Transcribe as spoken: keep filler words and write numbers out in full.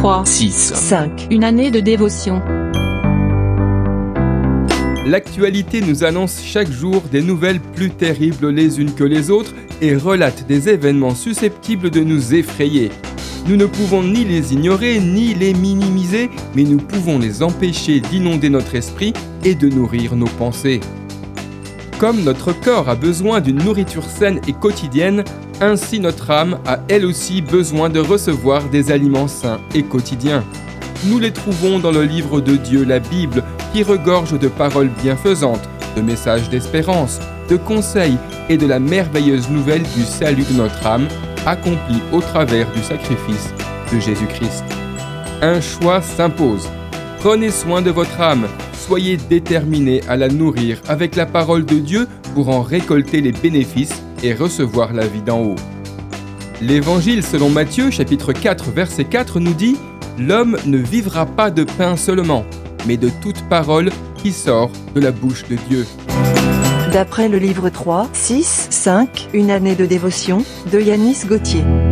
trois, six, cinq. Une année de dévotion. L'actualité nous annonce chaque jour des nouvelles plus terribles les unes que les autres et relate des événements susceptibles de nous effrayer. Nous ne pouvons ni les ignorer ni les minimiser, mais nous pouvons les empêcher d'inonder notre esprit et de nourrir nos pensées. Comme notre corps a besoin d'une nourriture saine et quotidienne, ainsi notre âme a elle aussi besoin de recevoir des aliments sains et quotidiens. Nous les trouvons dans le livre de Dieu, la Bible, qui regorge de paroles bienfaisantes, de messages d'espérance, de conseils et de la merveilleuse nouvelle du salut de notre âme, accompli au travers du sacrifice de Jésus-Christ. Un choix s'impose. Prenez soin de votre âme, soyez déterminés à la nourrir avec la parole de Dieu pour en récolter les bénéfices et recevoir la vie d'en haut. L'Évangile selon Matthieu, chapitre quatre, verset quatre, nous dit « L'homme ne vivra pas de pain seulement, mais de toute parole qui sort de la bouche de Dieu. » D'après le livre trois, six, cinq, Une année de dévotion, de Yanis Gauthier.